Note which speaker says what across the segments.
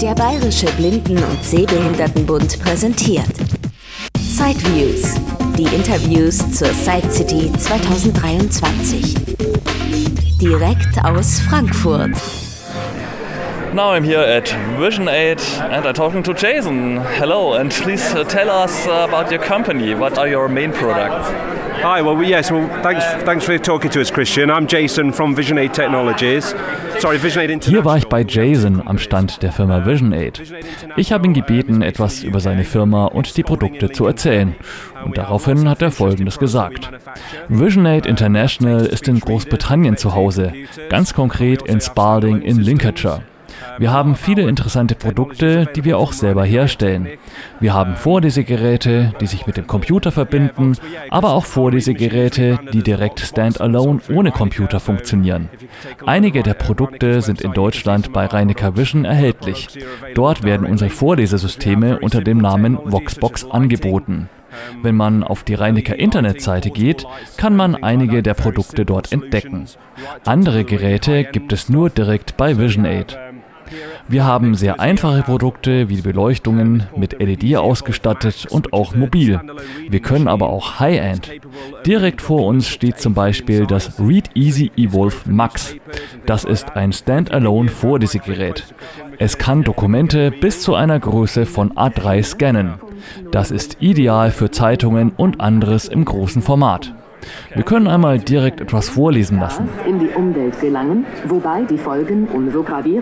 Speaker 1: Der Bayerische Blinden- und Sehbehindertenbund präsentiert Sideviews, die Interviews zur Side City 2023. Direkt aus Frankfurt.
Speaker 2: Now I'm here at Vision 8 and I'm talking to Jason. Hello, and please tell us about your company. What are your main products?
Speaker 3: Hi, thanks for talking to us, Christian. I'm Jason from Vision 8 Technologies. Vision 8 International.
Speaker 4: Hier war ich bei Jason am Stand der Firma Vision 8. Ich habe ihn gebeten, etwas über seine Firma und die Produkte zu erzählen. Und daraufhin hat er Folgendes gesagt. Vision 8 International ist in Großbritannien zu Hause, ganz konkret in Spalding in Lincolnshire. Wir haben viele interessante Produkte, die wir auch selber herstellen. Wir haben Vorlesegeräte, die sich mit dem Computer verbinden, aber auch Vorlesegeräte, die direkt standalone ohne Computer funktionieren. Einige der Produkte sind in Deutschland bei Reinecker Vision erhältlich. Dort werden unsere Vorlesesysteme unter dem Namen Voxbox angeboten. Wenn man auf die Reinecker Internetseite geht, kann man einige der Produkte dort entdecken. Andere Geräte gibt es nur direkt bei Vision 8. Wir haben sehr einfache Produkte wie Beleuchtungen mit LED ausgestattet und auch mobil. Wir können aber auch High-End. Direkt vor uns steht zum Beispiel das Read Easy Evolve Max. Das ist ein Standalone-Vorlesegerät. Es kann Dokumente bis zu einer Größe von A3 scannen. Das ist ideal für Zeitungen und anderes im großen Format. Wir können einmal direkt etwas vorlesen lassen.
Speaker 5: In die Umwelt gelangen, wobei die Folgen unsograviert.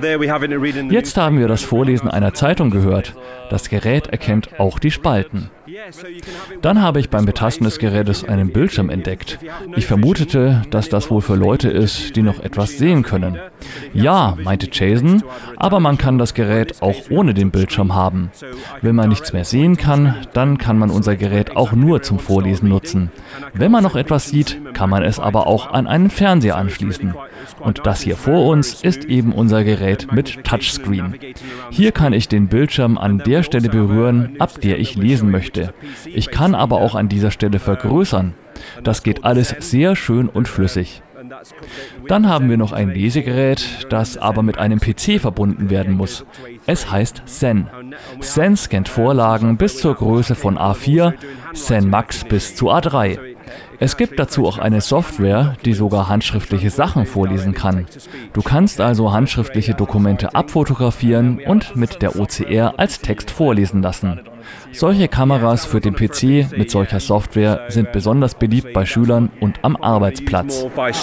Speaker 4: Jetzt haben wir das Vorlesen einer Zeitung gehört. Das Gerät erkennt auch die Spalten. Dann habe ich beim Betasten des Gerätes einen Bildschirm entdeckt. Ich vermutete, dass das wohl für Leute ist, die noch etwas sehen können. Ja, meinte Jason, aber man kann das Gerät auch ohne den Bildschirm haben. Wenn man nichts mehr sehen kann, dann kann man unser Gerät auch nur zum Vorlesen nutzen. Wenn man noch etwas sieht, kann man es aber auch an einen Fernseher anschließen. Und das hier vor uns ist eben unser Gerät mit Touchscreen. Hier kann ich den Bildschirm an der Stelle berühren, ab der ich lesen möchte. Ich kann aber auch an dieser Stelle vergrößern. Das geht alles sehr schön und flüssig. Dann haben wir noch ein Lesegerät, das aber mit einem PC verbunden werden muss. Es heißt Zen. Zen scannt Vorlagen bis zur Größe von A4, Zen Max bis zu A3. Es gibt dazu auch eine Software, die sogar handschriftliche Sachen vorlesen kann. Du kannst also handschriftliche Dokumente abfotografieren und mit der OCR als Text vorlesen lassen. Solche Kameras für den PC mit solcher Software sind besonders beliebt bei Schülern und am Arbeitsplatz.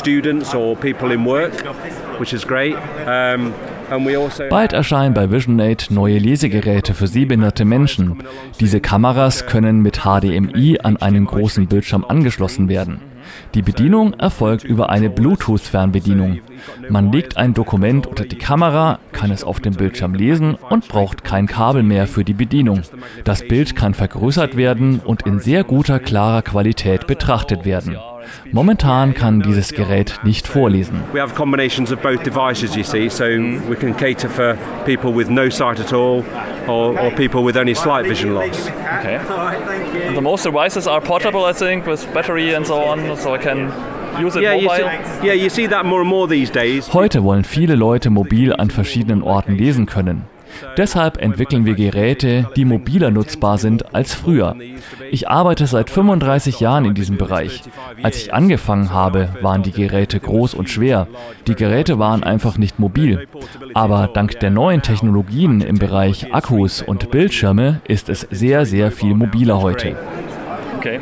Speaker 4: Bald erscheinen bei Vision 8 neue Lesegeräte für sehbehinderte Menschen. Diese Kameras können mit HDMI an einen großen Bildschirm angeschlossen werden. Die Bedienung erfolgt über eine Bluetooth-Fernbedienung. Man legt ein Dokument unter die Kamera, kann es auf dem Bildschirm lesen und braucht kein Kabel mehr für die Bedienung. Das Bild kann vergrößert werden und in sehr guter, klarer Qualität betrachtet werden. Momentan kann dieses Gerät nicht vorlesen.
Speaker 3: We have combinations of both devices, you see, so we can cater for people with no sight at all or people with only slight vision loss.
Speaker 2: Okay. And the most devices are portable, I think, with battery and so on, so I can use it mobile.
Speaker 3: You see that more and more these days.
Speaker 4: Heute wollen viele Leute mobil an verschiedenen Orten lesen können. Deshalb entwickeln wir Geräte, die mobiler nutzbar sind als früher. Ich arbeite seit 35 Jahren in diesem Bereich. Als ich angefangen habe, waren die Geräte groß und schwer. Die Geräte waren einfach nicht mobil. Aber dank der neuen Technologien im Bereich Akkus und Bildschirme ist es sehr, sehr viel mobiler heute.
Speaker 2: Okay.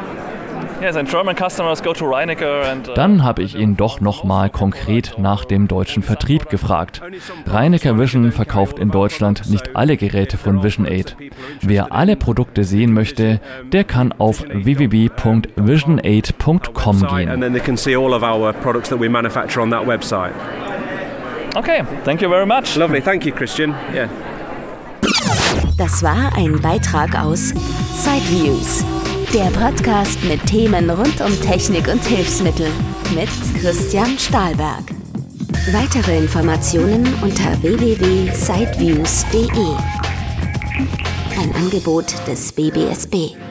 Speaker 4: Dann habe ich ihn doch nochmal konkret nach dem deutschen Vertrieb gefragt. Reinecker Vision verkauft in Deutschland nicht alle Geräte von Vision 8. Wer alle Produkte sehen möchte, der kann auf www.vision8.com gehen.
Speaker 2: Okay, thank you very much.
Speaker 3: Lovely, thank you, Christian. Yeah.
Speaker 1: Das war ein Beitrag aus Sideviews. Der Podcast mit Themen rund um Technik und Hilfsmittel mit Christian Stahlberg. Weitere Informationen unter www.sideviews.de. Ein Angebot des BBSB.